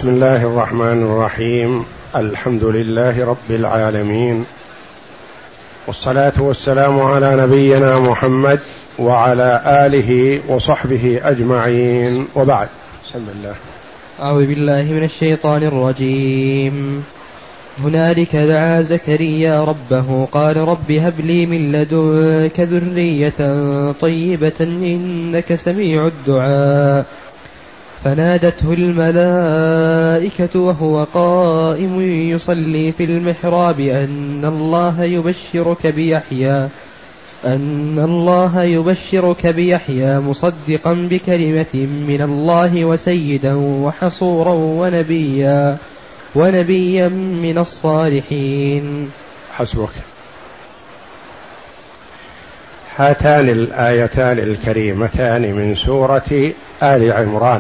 بسم الله الرحمن الرحيم. الحمد لله رب العالمين، والصلاة والسلام على نبينا محمد وعلى آله وصحبه أجمعين، وبعد. بسم الله. أعوذ بالله من الشيطان الرجيم. هنالك دعا زكريا ربه قال رب هب لي من لدنك ذرية طيبة إنك سميع الدعاء. فنادته الملائكة وهو قائم يصلي في المحراب أن الله يبشرك بيحيى مصدقا بكلمة من الله وسيدا وحصورا ونبيا من الصالحين. حسبك. هاتان الآيتان الكريمتان من سورة آل عمران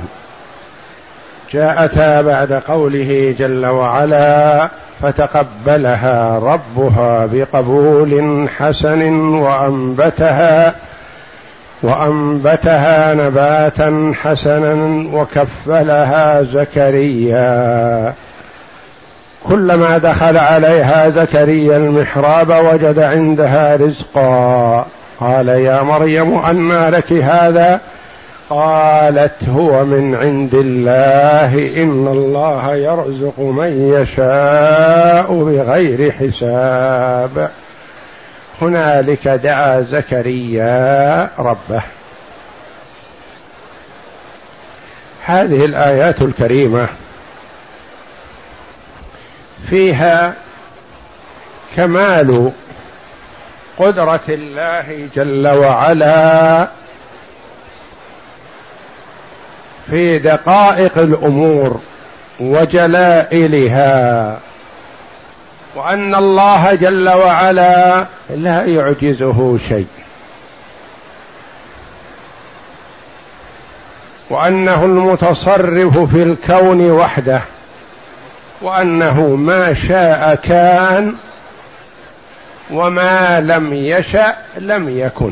جاءتا بعد قوله جل وعلا فتقبلها ربها بقبول حسن وأنبتها نباتا حسنا وكفلها زكريا. كلما دخل عليها زكريا المحراب وجد عندها رزقا قال يا مريم أنى لك هذا؟ قالت هو من عند الله إن الله يرزق من يشاء بغير حساب. هنالك دعا زكريا ربه. هذه الآيات الكريمة فيها كمال قدرة الله جل وعلا في دقائق الأمور وجلائلها، وأن الله جل وعلا لا يعجزه شيء، وأنه المتصرف في الكون وحده، وأنه ما شاء كان وما لم يشأ لم يكن،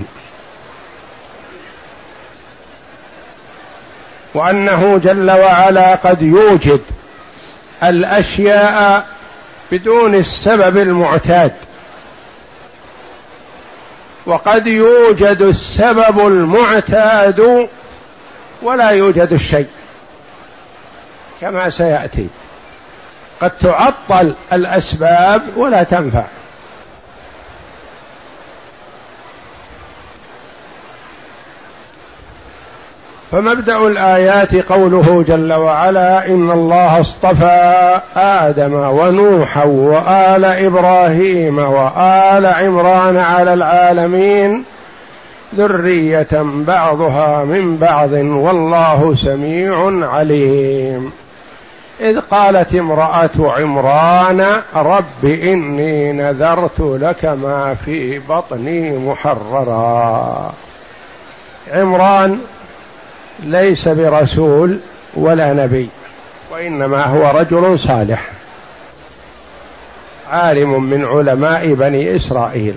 وأنه جل وعلا قد يوجد الأشياء بدون السبب المعتاد، وقد يوجد السبب المعتاد ولا يوجد الشيء كما سيأتي. قد تعطل الأسباب ولا تنفع. فمبدأ الآيات قوله جل وعلا إن الله اصطفى آدم ونوحا وآل إبراهيم وآل عمران على العالمين ذرية بعضها من بعض والله سميع عليم. إذ قالت امرأة عمران رب إني نذرت لك ما في بطني محررا. عمران ليس برسول ولا نبي، وإنما هو رجل صالح عالم من علماء بني إسرائيل،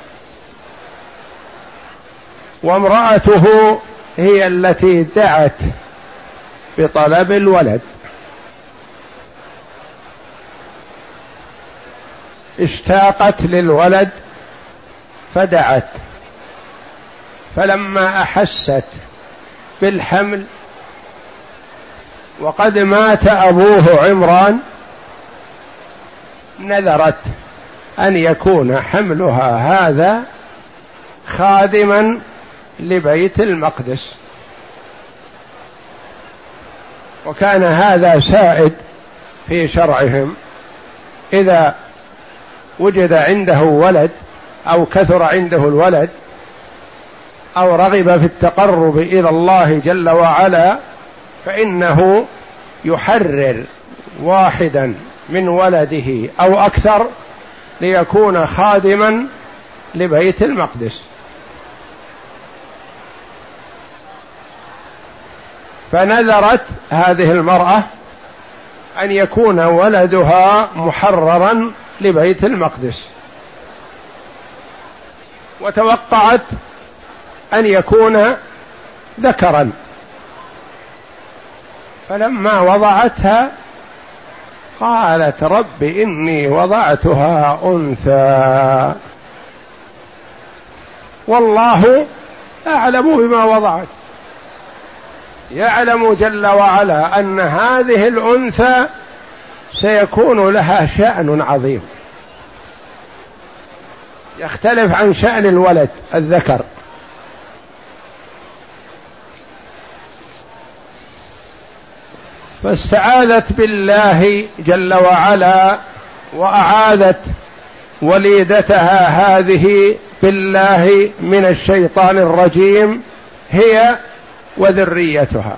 وامرأته هي التي دعت بطلب الولد. اشتاقت للولد فدعت، فلما أحست بالحمل وقد مات أبوه عمران نذرت أن يكون حملها هذا خادما لبيت المقدس، وكان هذا سائد في شرعهم. إذا وجد عنده ولد أو كثر عنده الولد أو رغب في التقرب إلى الله جل وعلا فإنه يحرر واحدا من ولده أو أكثر ليكون خادما لبيت المقدس. فنذرت هذه المرأة أن يكون ولدها محررا لبيت المقدس، وتوقعت أن يكون ذكرا، فلما وضعتها قالت رب إني وضعتها أنثى والله أعلم بما وضعت. يعلم جل وعلا أن هذه الأنثى سيكون لها شأن عظيم يختلف عن شأن الولد الذكر. فاستعاذت بالله جل وعلا وأعاذت وليدتها هذه بالله من الشيطان الرجيم هي وذريتها،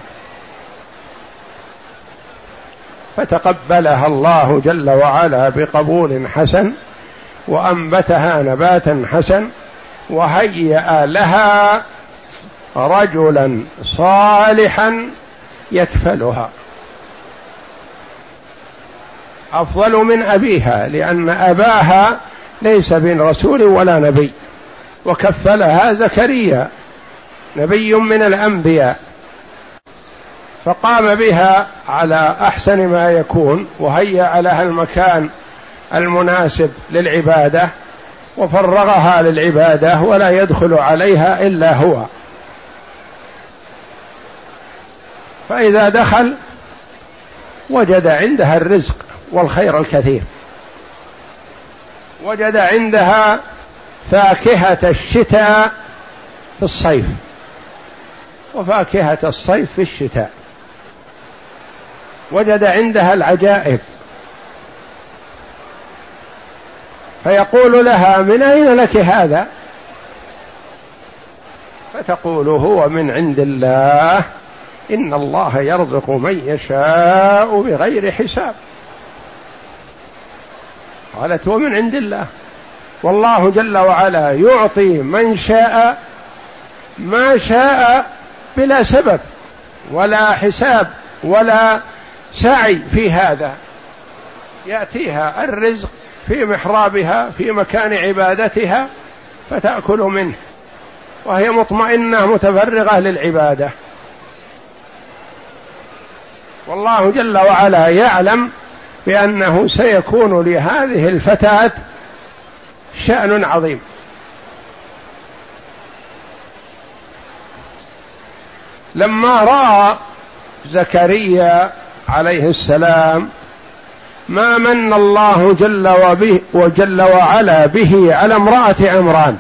فتقبلها الله جل وعلا بقبول حسن وأنبتها نباتا حسن وهيأ لها رجلا صالحا يكفلها أفضل من أبيها، لأن أباها ليس بن رسول ولا نبي، وكفلها زكريا نبي من الأنبياء، فقام بها على أحسن ما يكون وهيأ لها المكان المناسب للعبادة وفرغها للعبادة ولا يدخل عليها إلا هو. فإذا دخل وجد عندها الرزق والخير الكثير، وجد عندها فاكهة الشتاء في الصيف وفاكهة الصيف في الشتاء، وجد عندها العجائب، فيقول لها من أين لك هذا؟ فتقول هو من عند الله إن الله يرزق من يشاء بغير حساب. قالت ومن عند الله، والله جل وعلا يعطي من شاء ما شاء بلا سبب ولا حساب ولا سعي في هذا، يأتيها الرزق في محرابها في مكان عبادتها فتأكل منه وهي مطمئنة متفرغة للعبادة. والله جل وعلا يعلم بأنه سيكون لهذه الفتاة شأن عظيم. لما رأى زكريا عليه السلام ما من الله جل وعلا به على امرأة عمران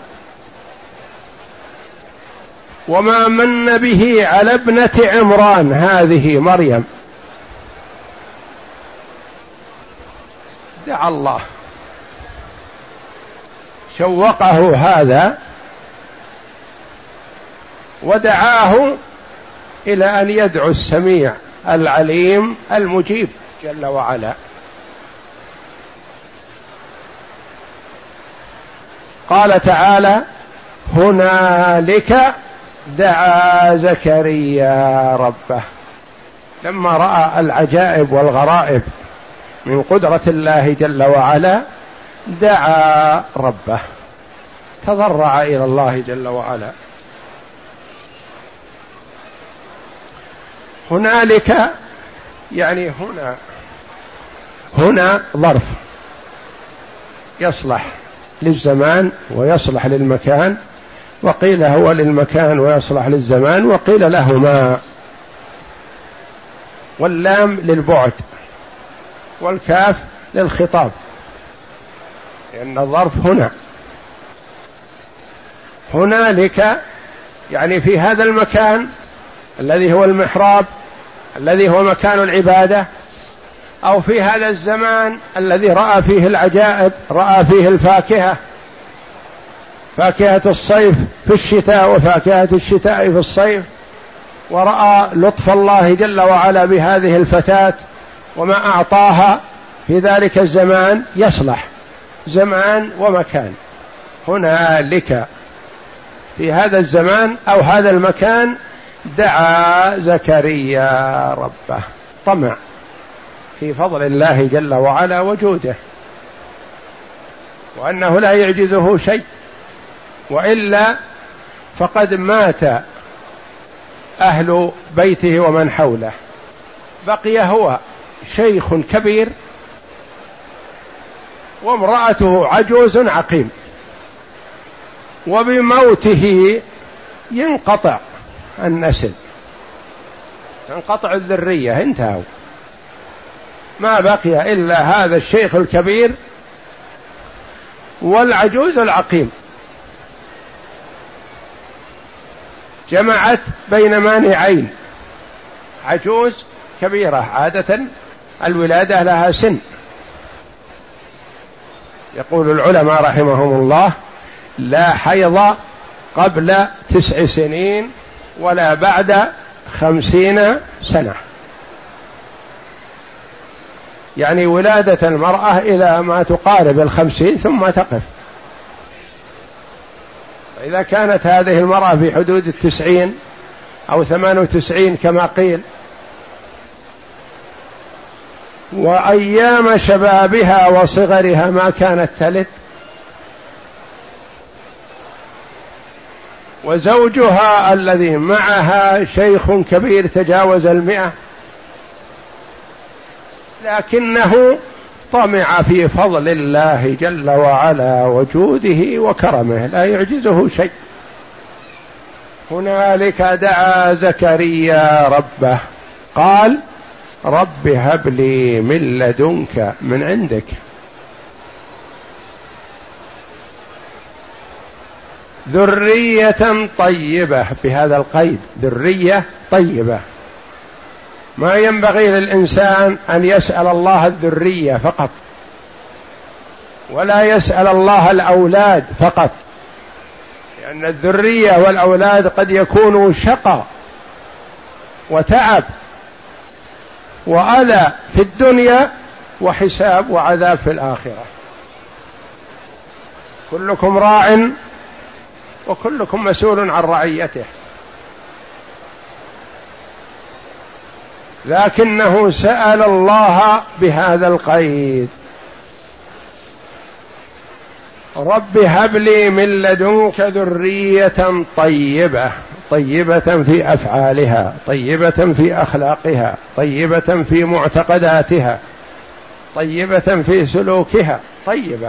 وما من به على ابنة عمران هذه مريم، دعا الله، شوقه هذا ودعاه إلى أن يدعو السميع العليم المجيب جل وعلا. قال تعالى هنالك دعا زكريا ربه، لما رأى العجائب والغرائب من قدرة الله جل وعلا دعا ربه، تضرع إلى الله جل وعلا. هنالك يعني هنا ظرف يصلح للزمان ويصلح للمكان، وقيل هو للمكان ويصلح للزمان، وقيل لهما، واللام للبعد والكاف للخطاب، لأن الظرف هنا. هنالك يعني في هذا المكان الذي هو المحراب الذي هو مكان العبادة، أو في هذا الزمان الذي رأى فيه العجائب، رأى فيه الفاكهة، فاكهة الصيف في الشتاء وفاكهة الشتاء في الصيف، ورأى لطف الله جل وعلا بهذه الفتاة وما أعطاها في ذلك الزمان، يصلح زمان ومكان. هنالك في هذا الزمان أو هذا المكان دعا زكريا ربه، طمع في فضل الله جل وعلا وجوده، وأنه لا يعجزه شيء، وإلا فقد مات أهل بيته ومن حوله، بقي هو شيخ كبير وامرأته عجوز عقيم، وبموته ينقطع النسل، تنقطع الذرية، انتهوا، ما بقي إلا هذا الشيخ الكبير والعجوز العقيم. جمعت بين مانعين، عجوز كبيرة، عادة الولادة لها سن، يقول العلماء رحمهم الله: لا حيض قبل 9 سنين ولا بعد 50 سنة، يعني ولادة المرأة إلى ما تقارب 50 ثم تقف. إذا كانت هذه المرأة في حدود 90 أو 98 كما قيل، وأيام شبابها وصغرها ما كانت تلد، وزوجها الذي معها شيخ كبير تجاوز 100، لكنه طمع في فضل الله جل وعلا وجوده وكرمه، لا يعجزه شيء. هنالك دعا زكريا ربه قال: رب هب لي من لدنك من عندك ذرية طيبة، بهذا القيد، ذرية طيبة. ما ينبغي للإنسان أن يسأل الله الذرية فقط، ولا يسأل الله الأولاد فقط، لأن الذرية والأولاد قد يكونوا شقى وتعب وأذى في الدنيا وحساب وعذاب في الآخرة. كلكم راع وكلكم مسؤول عن رعيته، لكنه سأل الله بهذا القيد: رب هب لي من لدنك ذرية طيبة، طيبة في أفعالها، طيبة في أخلاقها، طيبة في معتقداتها، طيبة في سلوكها، طيبة،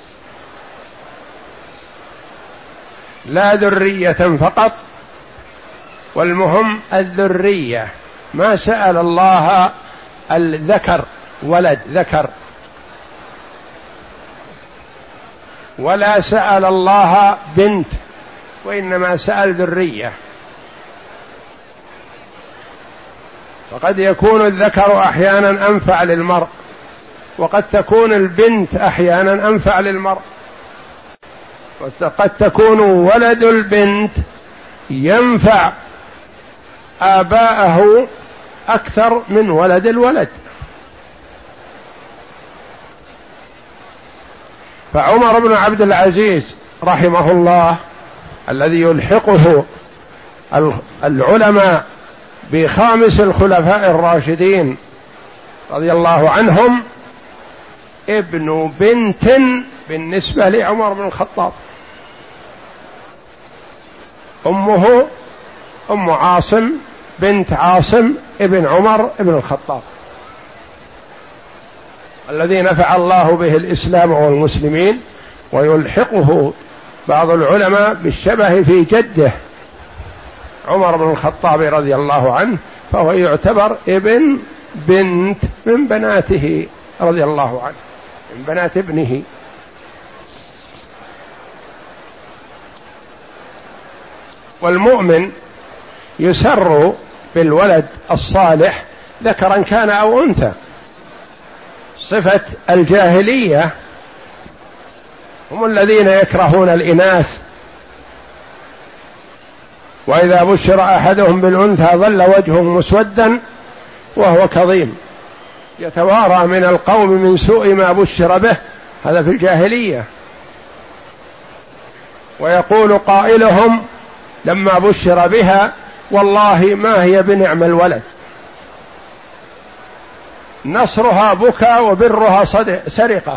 لا ذرية فقط، والمهم الذرية. ما سأل الله الذكر، ولد ذكر، ولا سأل الله بنت، وإنما سأل ذرية. فقد يكون الذكر أحيانا أنفع للمرء، وقد تكون البنت أحيانا أنفع للمرء، وقد تكون ولد البنت ينفع آباءه أكثر من ولد الولد. فعمر بن عبد العزيز رحمه الله الذي يلحقه العلماء بخامس الخلفاء الراشدين رضي الله عنهم، ابن بنت بالنسبة لعمر بن الخطاب، أمه أم عاصم بنت عاصم ابن عمر ابن الخطاب، الذي نفع الله به الإسلام والمسلمين. ويلحقه بعض العلماء بالشبه في جده عمر بن الخطاب رضي الله عنه، فهو يعتبر ابن بنت من بناته رضي الله عنه، من بنات ابنه. والمؤمن يسر بالولد الصالح ذكرا كان أو أنثى. صفة الجاهلية هم الذين يكرهون الإناث، وإذا بشر أحدهم بالأنثى ظل وجهه مسودا وهو كظيم يتوارى من القوم من سوء ما بشر به، هذا في الجاهلية. ويقول قائلهم لما بشر بها: والله ما هي بنعم الولد، نصرها بكى وبرها سرقة.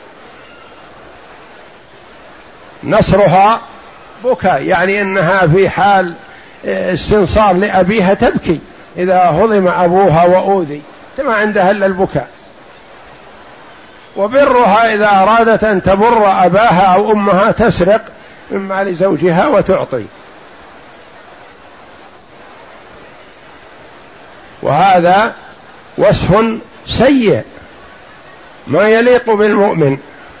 نصرها بكى يعني إنها في حال استنصار لأبيها تبكي إذا هضم أبوها وأوذي، ما عندها إلا البكاء. وبرها إذا أرادت أن تبر أباها أو أمها تسرق من مال زوجها وتعطي. وهذا وصف سيء ما يليق بالمؤمن،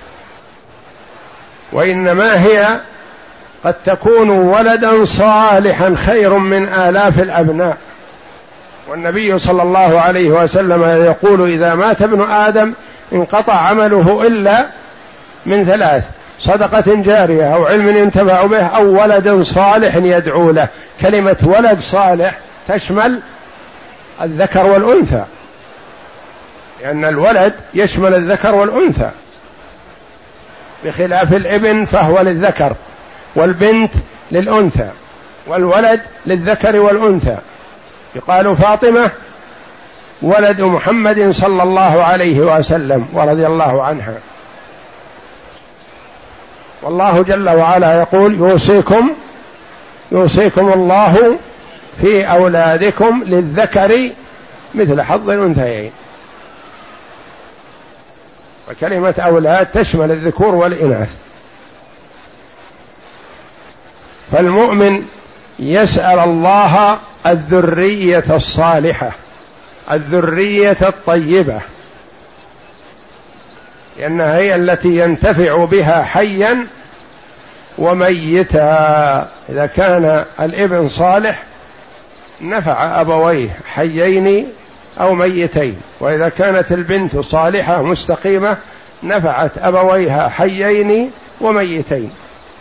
وإنما هي قد تكون ولدا صالحا خير من آلاف الأبناء. والنبي صلى الله عليه وسلم يقول: إذا مات ابن آدم انقطع عمله إلا من ثلاث: صدقة جارية أو علم ينتفع به أو ولد صالح يدعو له. كلمة ولد صالح تشمل الذكر والأنثى، لأن الولد يشمل الذكر والأنثى، بخلاف الابن فهو للذكر والبنت للأنثى، والولد للذكر والأنثى. يقال فاطمة ولد محمد صلى الله عليه وسلم ورضي الله عنها. والله جل وعلا يقول: يوصيكم الله في أولادكم للذكر مثل حظ الأنثيين. وكلمة أولاد تشمل الذكور والإناث. فالمؤمن يسأل الله الذرية الصالحة، الذرية الطيبة، لأنها هي التي ينتفع بها حيا وميتا. إذا كان الابن صالح نفع أبويه حيين أو ميتين، وإذا كانت البنت صالحة مستقيمة نفعت أبويها حيين وميتين.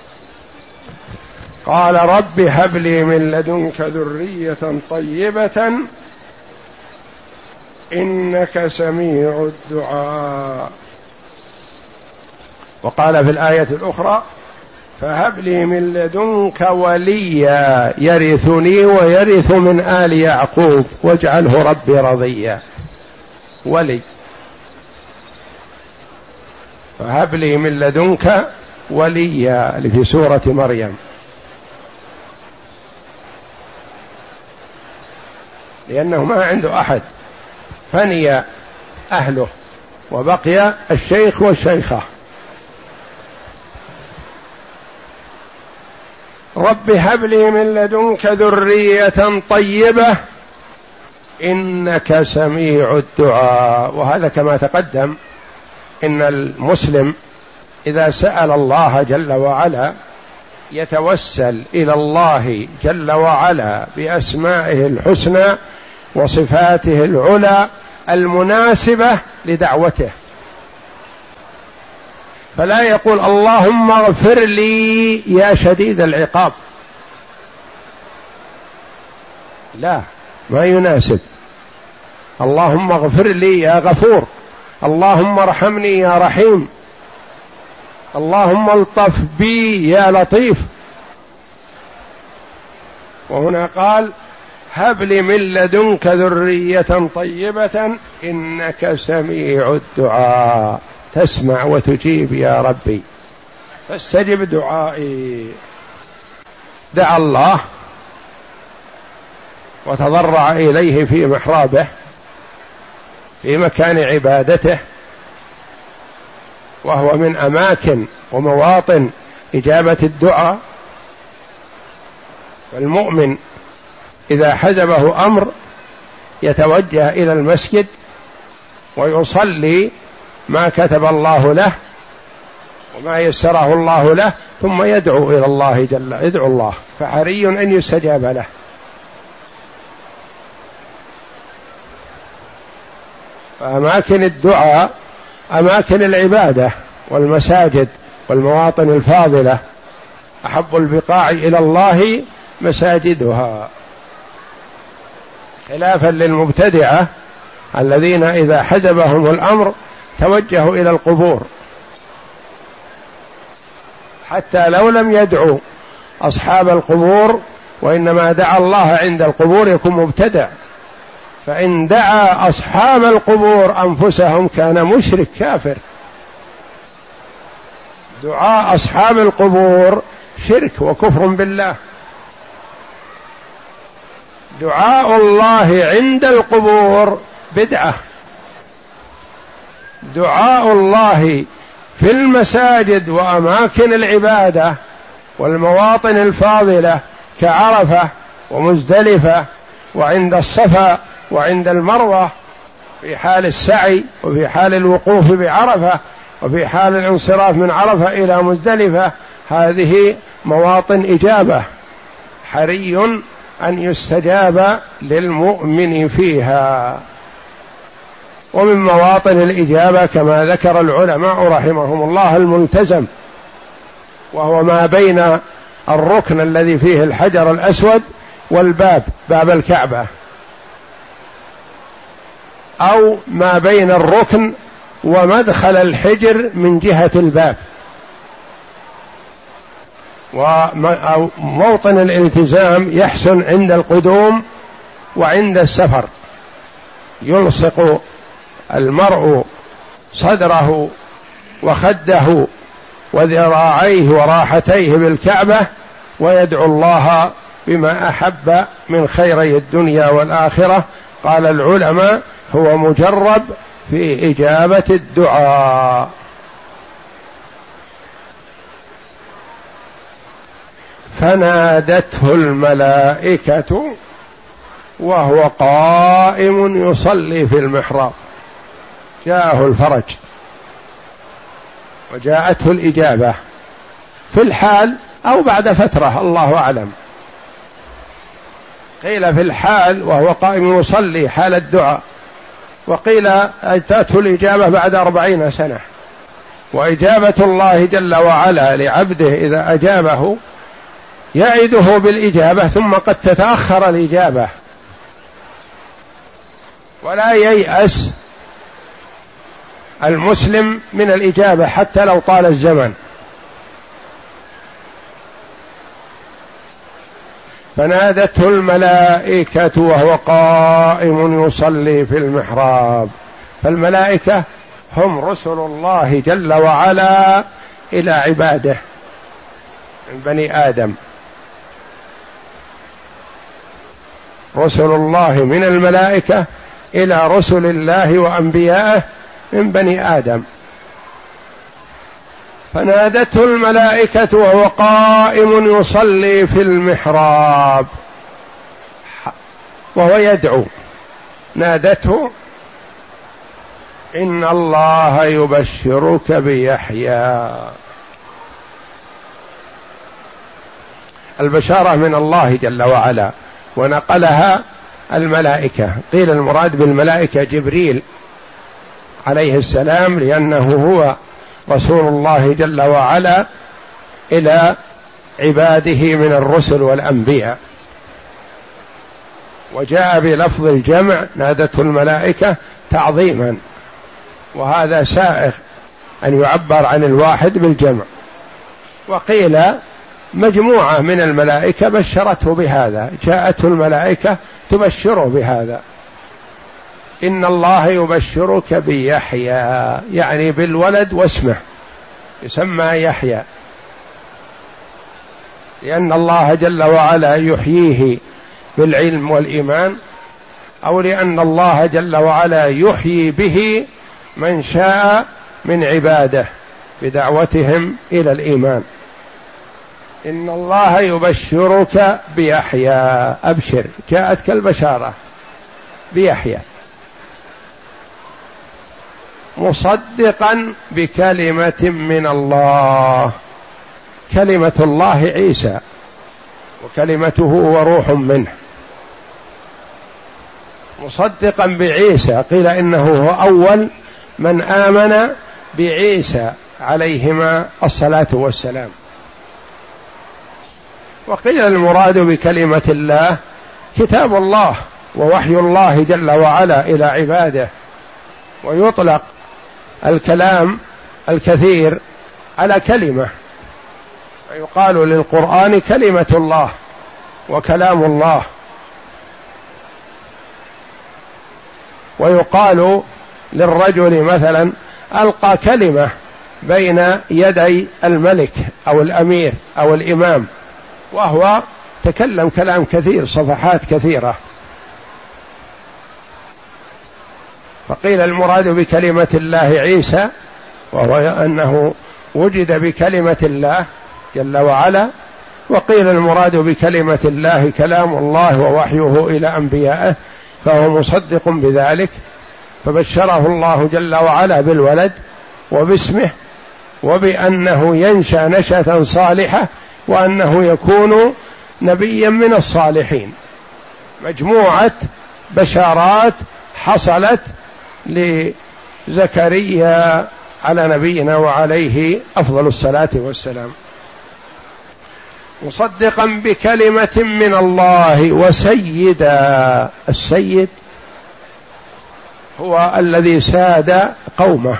قال: رب هب لي من لدنك ذرية طيبة إنك سميع الدعاء. وقال في الآية الأخرى: فهب لي من لدنك وليا يرثني ويرث من آل يعقوب واجعله ربي رضيا. ولي، فهب لي من لدنك وليا، اللي في سورة مريم، لأنه ما عنده أحد، فني أهله وبقي الشيخ والشيخة. رب هب لي من لدنك ذرية طيبة إنك سميع الدعاء. وهذا كما تقدم إن المسلم إذا سأل الله جل وعلا يتوسل إلى الله جل وعلا بأسمائه الحسنى وصفاته العلى المناسبة لدعوته، فلا يقول: اللهم اغفر لي يا شديد العقاب، لا، ما يناسب. اللهم اغفر لي يا غفور، اللهم ارحمني يا رحيم، اللهم الطف بي يا لطيف. وهنا قال: هب لي من لدنك ذرية طيبة إنك سميع الدعاء، تسمع وتجيب يا ربي، فاستجب دعائي. دعا الله وتضرع إليه في محرابه في مكان عبادته، وهو من أماكن ومواطن إجابة الدعاء. فالمؤمن إذا حزبه أمر يتوجه إلى المسجد ويصلي ما كتب الله له وما يسره الله له، ثم يدعو إلى الله يدعو الله، فحري أن يستجاب له. فأماكن الدعاء أماكن العبادة والمساجد والمواطن الفاضلة، أحب البقاع إلى الله مساجدها، خلافا للمبتدعة الذين إذا حزبهم الأمر توجهوا إلى القبور، حتى لو لم يدعوا أصحاب القبور وإنما دعا الله عند القبور يكون مبتدع. فإن دعا أصحاب القبور أنفسهم كان مشرك كافر. دعاء أصحاب القبور شرك وكفر بالله. دعاء الله عند القبور بدعة، دعاء الله في المساجد وأماكن العبادة والمواطن الفاضلة كعرفة ومزدلفة وعند الصفا وعند المروة في حال السعي وفي حال الوقوف بعرفة وفي حال الانصراف من عرفة إلى مزدلفة، هذه مواطن إجابة حري أن يستجاب للمؤمن فيها. ومن مواطن الإجابة كما ذكر العلماء رحمهم الله الملتزم، وهو ما بين الركن الذي فيه الحجر الأسود والباب، باب الكعبة، أو ما بين الركن ومدخل الحجر من جهة الباب. وموطن الالتزام يحسن عند القدوم وعند السفر، يلصق المرء صدره وخده وذراعيه وراحتيه بالكعبة ويدعو الله بما أحب من خيري الدنيا والآخرة. قال العلماء هو مجرب في إجابة الدعاء. فنادته الملائكة وهو قائم يصلي في المحراب، جاءه الفرج وجاءته الإجابة في الحال أو بعد فترة، الله أعلم. قيل في الحال وهو قائم يصلي حال الدعاء، وقيل أتته الإجابة بعد 40 سنة. وإجابة الله جل وعلا لعبده إذا أجابه يعده بالإجابة، ثم قد تتأخر الإجابة، ولا ييأس المسلم من الإجابة حتى لو طال الزمن. فنادته الملائكة وهو قائم يصلي في المحراب. فالملائكة هم رسل الله جل وعلا إلى عباده من بني آدم، رسل الله من الملائكة إلى رسل الله وأنبيائه من بني آدم. فنادته الملائكة وهو قائم يصلي في المحراب وهو يدعو، نادته إن الله يبشرك بيحيى. البشارة من الله جل وعلا، ونقلها الملائكة. قيل المراد بالملائكة جبريل عليه السلام، لأنه هو رسول الله جل وعلا إلى عباده من الرسل والأنبياء. وجاء بلفظ الجمع نادته الملائكة تعظيما، وهذا سائغ أن يعبر عن الواحد بالجمع. وقيل مجموعة من الملائكة بشرته بهذا، جاءته الملائكة تبشره بهذا، إن الله يبشرك بيحيى، يعني بالولد واسمه يسمى يحيى، لأن الله جل وعلا يحييه بالعلم والإيمان، أو لأن الله جل وعلا يحيي به من شاء من عباده بدعوتهم إلى الإيمان. إن الله يبشرك بيحيى، أبشر، جاءت كالبشارة بيحيى، مصدقا بكلمة من الله. كلمة الله عيسى، وكلمته وروح منه، مصدقا بعيسى. قيل إنه هو أول من آمن بعيسى عليهما الصلاة والسلام. وقيل المراد بكلمة الله كتاب الله ووحي الله جل وعلا إلى عباده. ويطلق الكلام الكثير على كلمة، فيقال للقرآن كلمة الله وكلام الله. ويقال للرجل مثلا ألقى كلمة بين يدي الملك أو الأمير أو الإمام، وهو تكلم كلام كثير، صفحات كثيرة. فقيل المراد بكلمة الله عيسى، وهو أنه وجد بكلمة الله جل وعلا، وقيل المراد بكلمة الله كلام الله ووحيه إلى أنبيائه، فهو مصدق بذلك، فبشره الله جل وعلا بالولد وباسمه وبأنه ينشأ نشأة صالحة وأنه يكون نبيا من الصالحين. مجموعة بشارات حصلت لزكريا على نبينا وعليه أفضل الصلاة والسلام. مصدقا بكلمة من الله وسيدا. السيد هو الذي ساد قومه،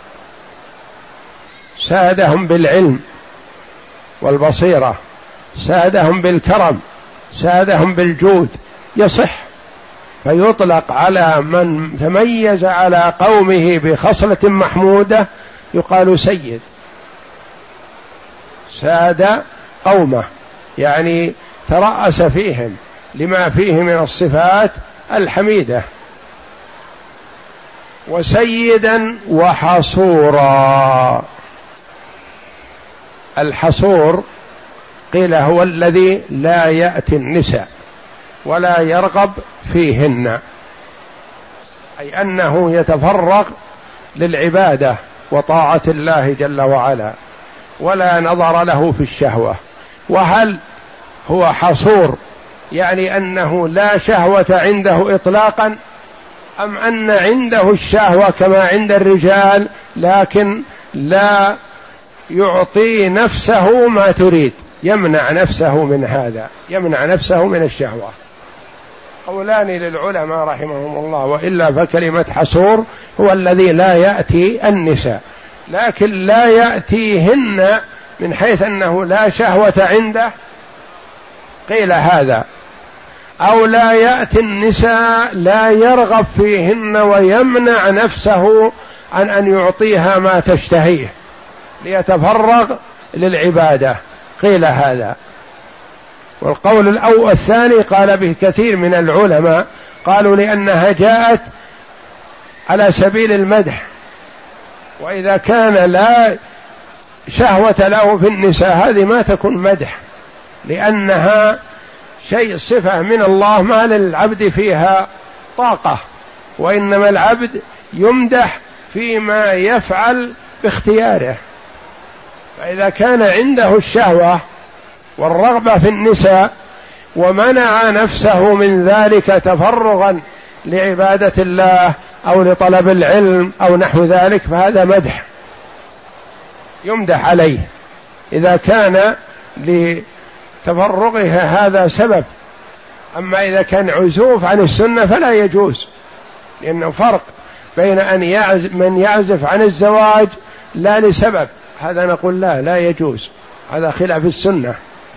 سادهم بالعلم والبصيرة، سادهم بالكرم، سادهم بالجود، يصح فيطلق على من تميز على قومه بخصلة محمودة يقال سيد. ساد قومه يعني ترأس فيهم لما فيه من الصفات الحميدة. وسيدا وحصورا. الحصور قيل هو الذي لا يأتي النساء ولا يرغب فيهن، أي أنه يتفرغ للعبادة وطاعة الله جل وعلا ولا نظر له في الشهوة. وهل هو حصور يعني أنه لا شهوة عنده إطلاقا، أم أن عنده الشهوة كما عند الرجال لكن لا يعطي نفسه ما تريد، يمنع نفسه من هذا، يمنع نفسه من الشهوة؟ قولان للعلماء رحمهم الله، وإلا فكلمة حصور هو الذي لا يأتي النساء لكن لا يأتيهن من حيث أنه لا شهوة عنده، قيل هذا، أو لا يأتي النساء لا يرغب فيهن ويمنع نفسه عن أن يعطيها ما تشتهيه ليتفرغ للعبادة، قيل هذا. والقول الثاني قال به كثير من العلماء، قالوا لأنها جاءت على سبيل المدح، وإذا كان لا شهوة له في النساء هذه ما تكون مدح، لأنها شيء صفة من الله ما للعبد فيها طاقة، وإنما العبد يمدح فيما يفعل باختياره. فإذا كان عنده الشهوة والرغبة في النساء ومنع نفسه من ذلك تفرغا لعبادة الله أو لطلب العلم أو نحو ذلك، فهذا مدح يمدح عليه إذا كان لتفرغها هذا سبب. أما إذا كان عزوف عن السنة فلا يجوز، لأنه فرق بين أن من يعزف عن الزواج لا لسبب، هذا نقول لا يجوز، هذا خلاف السنة.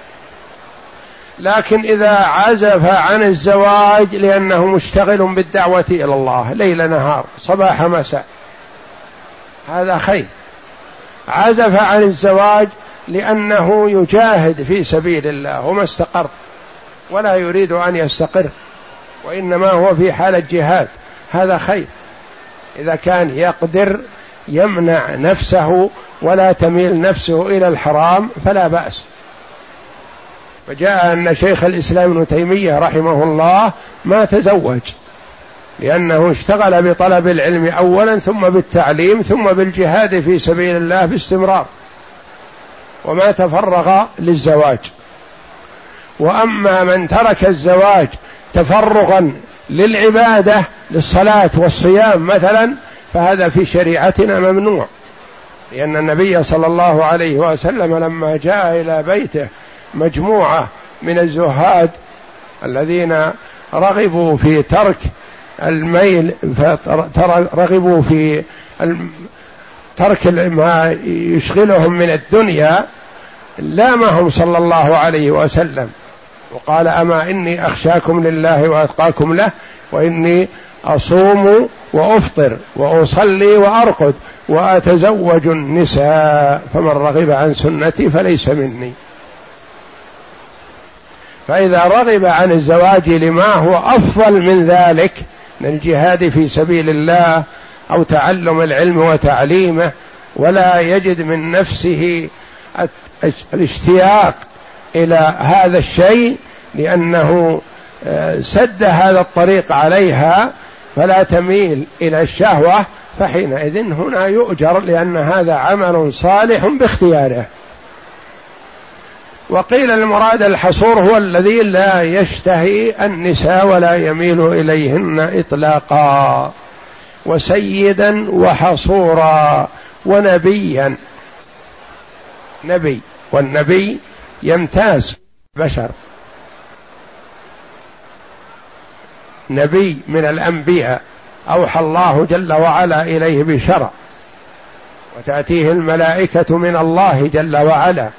لكن إذا عزف عن الزواج لأنه مشتغل بالدعوة إلى الله ليل نهار صباح مساء هذا خير. عزف عن الزواج لأنه يجاهد في سبيل الله وما استقر ولا يريد أن يستقر وإنما هو في حالة جهاد، هذا خير. إذا كان يقدر يمنع نفسه ولا تميل نفسه إلى الحرام فلا بأس. فجاء أن شيخ الإسلام ابن تيمية رحمه الله ما تزوج لأنه اشتغل بطلب العلم أولا ثم بالتعليم ثم بالجهاد في سبيل الله باستمرار، وما تفرغ للزواج. وأما من ترك الزواج تفرغا للعبادة للصلاة والصيام مثلا فهذا في شريعتنا ممنوع، لأن النبي صلى الله عليه وسلم لما جاء إلى بيته مجموعة من الزهاد الذين رغبوا في ترك الميل رغبوا في ترك ما يشغلهم من الدنيا، لامهم صلى الله عليه وسلم وقال: أما إني أخشاكم لله وأتقاكم له، وإني أصوم وأفطر وأصلي وأرقد وأتزوج النساء، فمن رغب عن سنتي فليس مني. فإذا رغب عن الزواج لما هو أفضل من ذلك من الجهاد في سبيل الله أو تعلم العلم وتعليمه، ولا يجد من نفسه الاشتياق إلى هذا الشيء لأنه سد هذا الطريق عليها فلا تميل إلى الشهوة، فحينئذ هنا يؤجر لأن هذا عمل صالح باختياره. وقيل المراد الحصور هو الذي لا يشتهي النساء ولا يميل إليهن إطلاقا. وسيدا وحصورا ونبيا، نبي، والنبي يمتاز بشر، نبي من الأنبياء أوحى الله جل وعلا إليه بشرع، وتأتيه الملائكة من الله جل وعلا،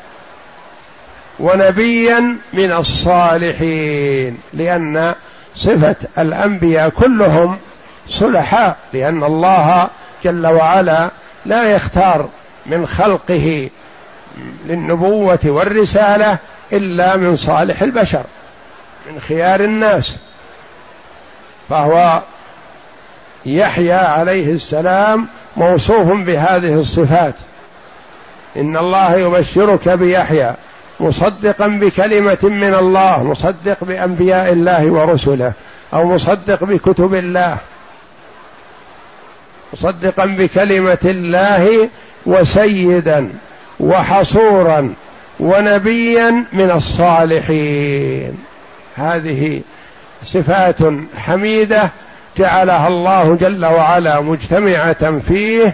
ونبيا من الصالحين، لأن صفة الأنبياء كلهم صلحاء، لأن الله جل وعلا لا يختار من خلقه للنبوة والرسالة إلا من صالح البشر، من خيار الناس. فهو يحيى عليه السلام موصوف بهذه الصفات: إن الله يبشرك بيحيى مصدقا بكلمة من الله، مصدق بأنبياء الله ورسله، أو مصدق بكتب الله، مصدقا بكلمة الله، وسيدا وحصورا ونبيا من الصالحين. هذه صفات حميدة جعلها الله جل وعلا مجتمعة فيه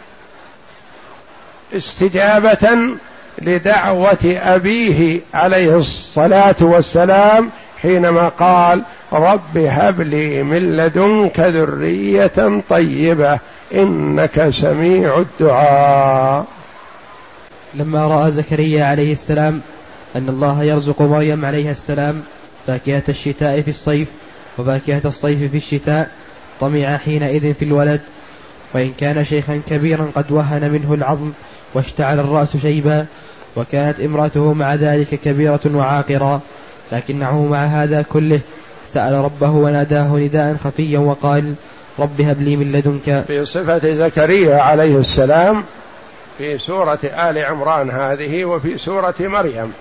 استجابة لدعوة أبيه عليه الصلاة والسلام حينما قال: رب هب لي من لدنك ذرية طيبة إنك سميع الدعاء. لما رأى زكريا عليه السلام أن الله يرزق مريم عليها السلام فاكهة الشتاء في الصيف وفاكهة الصيف في الشتاء، طمع حينئذ في الولد، وإن كان شيخا كبيرا قد وهن منه العظم واشتعل الرأس شيبا، وكانت امرأته مع ذلك كبيرة وعاقرا، لكنه مع هذا كله سأل ربه وناداه نداء خفيا وقال: رب هب لي من لدنك. في صفة زكريا عليه السلام في سورة آل عمران هذه، وفي سورة مريم،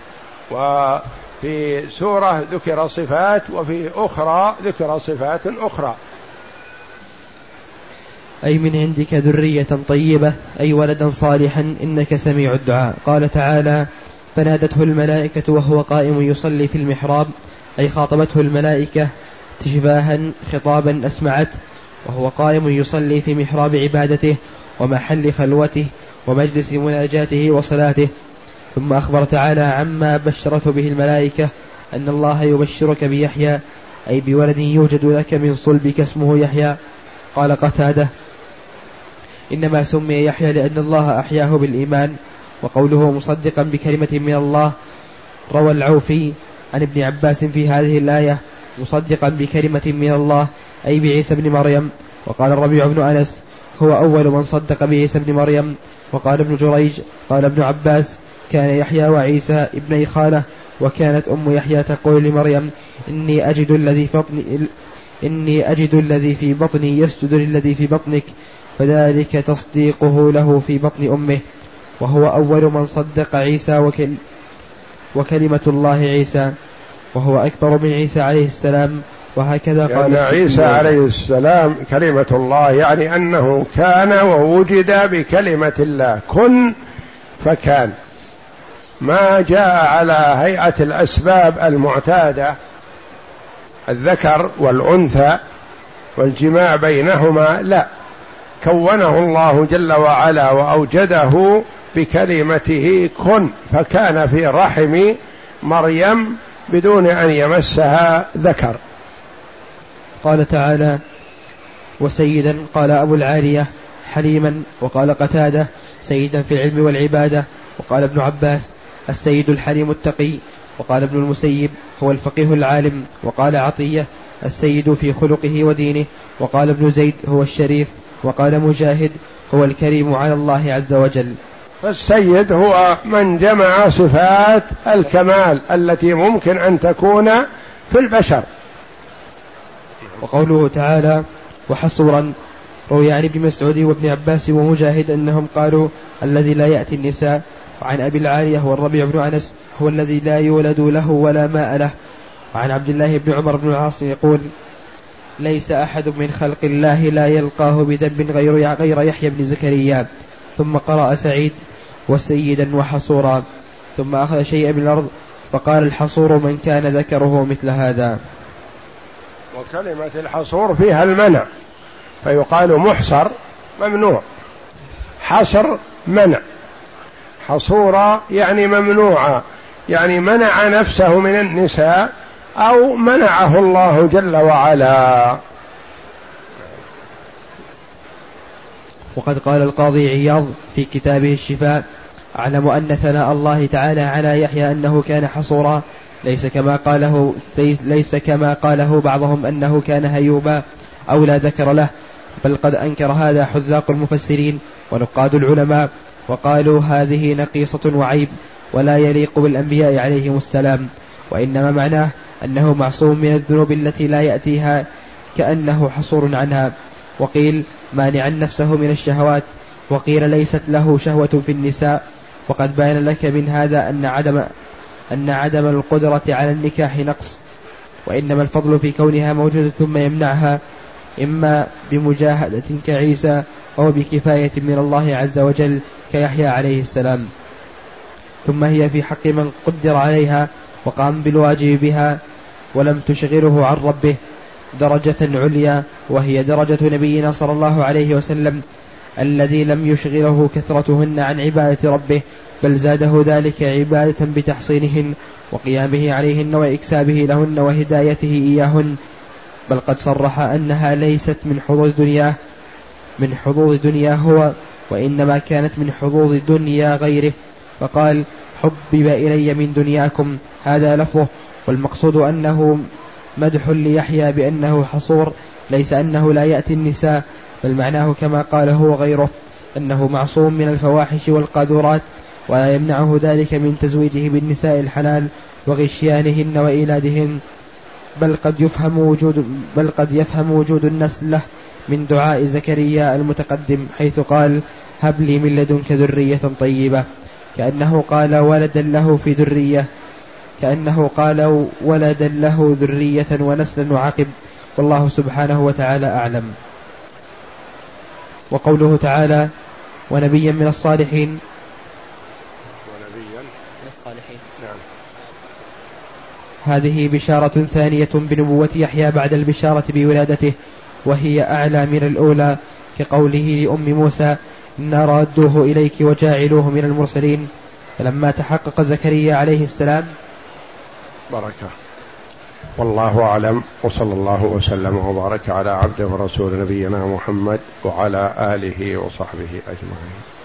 وفي سورة ذكر صفات، وفي أخرى ذكر صفات أخرى. أي من عندك ذرية طيبة، أي ولدا صالحا إنك سميع الدعاء. قال تعالى: فنادته الملائكة وهو قائم يصلي في المحراب، أي خاطبته الملائكة تشباها خطابا أسمعته وهو قائم يصلي في محراب عبادته ومحل خلوته ومجلس مناجاته وصلاته. ثم أخبر تعالى عما بشرته به الملائكة أن الله يبشرك بيحيى، أي بولد يوجد لك من صلبك اسمه يحيى. قال قتادة: إنما سمي يحيى لأن الله أحياه بالإيمان. وقوله مصدقا بكلمة من الله، روى العوفي عن ابن عباس في هذه الآية مصدقا بكلمة من الله أي بعيسى بن مريم. وقال الربيع بن أنس: هو أول من صدق بعيسى بن مريم. وقال ابن جريج: قال ابن عباس: كان يحيى وعيسى ابني خالة، وكانت أم يحيى تقول لمريم: إني أجد الذي في بطني يسجد للذي في بطنك، فذلك تصديقه له في بطن أمه. وهو أول من صدق عيسى وكلمة الله عيسى، وهو أكبر من عيسى عليه السلام. وهكذا قال عيسى عليه السلام كلمة الله، يعني أنه كان ووجد بكلمة الله، كن فكان، ما جاء على هيئة الأسباب المعتادة، الذكر والأنثى والجماع بينهما، لا، كونه الله جل وعلا وأوجده بكلمته كن، فكان في رحم مريم بدون أن يمسها ذكر. قال تعالى: وسيدا. قال أبو العالية: حليما. وقال قتادة: سيدا في العلم والعبادة. وقال ابن عباس: السيد الحليم التقي. وقال ابن المسيب: هو الفقيه العالم. وقال عطية: السيد في خلقه ودينه. وقال ابن زيد: هو الشريف. وقال مجاهد: هو الكريم على الله عز وجل. فالسيد هو من جمع صفات الكمال التي ممكن أن تكون في البشر، وقوله تعالى وحصورا روي عن ابن مسعود وابن عباس ومجاهد أنهم قالوا الذي لا يأتي النساء. وعن أبي العالية والربيع بن أنس هو الذي لا يولد له ولا ماء له. وعن عبد الله بن عمر بن العاص يقول ليس أحد من خلق الله لا يلقاه بذنب غير يحيى بن زكريا. ثم قرأ سعيد وسيدا وحصورا ثم أخذ شيئا من الأرض فقال الحصور من كان ذكره مثل هذا. وكلمة الحصور فيها المنع فيقال محصر ممنوع، حصر منع، حصورا يعني ممنوعا، يعني منع نفسه من النساء أو منعه الله جل وعلا. وقد قال القاضي عياض في كتابه الشفاء أعلم أن ثناء الله تعالى على يحيى أنه كان حصورا ليس كما قاله بعضهم أنه كان هيوبا أو لا ذكر له، بل قد أنكر هذا حذاق المفسرين ونقاد العلماء وقالوا هذه نقيصة وعيب ولا يليق بالأنبياء عليهم السلام، وإنما معناه أنه معصوم من الذنوب التي لا يأتيها كأنه حصور عنها. وقيل مانعا نفسه من الشهوات، وقيل ليست له شهوة في النساء. وقد بان لك من هذا أن عدم القدرة على النكاح نقص، وإنما الفضل في كونها موجودة ثم يمنعها إما بمجاهدة كعيسى أو بكفاية من الله عز وجل كيحيى عليه السلام. ثم هي في حق من قدر عليها وقام بالواجب بها ولم تشغله عن ربه درجة عليا، وهي درجة نبينا صلى الله عليه وسلم الذي لم يشغله كثرتهن عن عبادة ربه، بل زاده ذلك عبادة بتحصينهن وقيامه عليهن وإكسابه لهن وهدايته إياهن. بل قد صرح أنها ليست من حظوظ دنيا هو، وإنما كانت من حظوظ دنيا غيره، فقال حبب إلي من دنياكم، هذا لفظه. والمقصود أنه مدح ليحيى بأنه حصور، ليس أنه لا يأتي النساء، بل معناه كما قال هو غيره أنه معصوم من الفواحش والقاذورات، ولا يمنعه ذلك من تزويجه بالنساء الحلال وغشيانهن وإيلادهن، بل قد يفهم وجود النسل له من دعاء زكريا المتقدم حيث قال هب لي من لدنك ذرية طيبة، كأنه قال ولدا له ذرية ونسلا وعقب، والله سبحانه وتعالى أعلم. وقوله تعالى ونبيا من الصالحين، نعم. هذه بشارة ثانية بنبوة يحيى بعد البشارة بولادته، وهي أعلى من الأولى، كقوله لأم موسى إنا رادوه إليك وجاعلوه من المرسلين. فلما تحقق زكريا عليه السلام بركة. والله أعلم، وصلى الله وسلم وبارك على عبده ورسول نبينا محمد وعلى آله وصحبه أجمعين.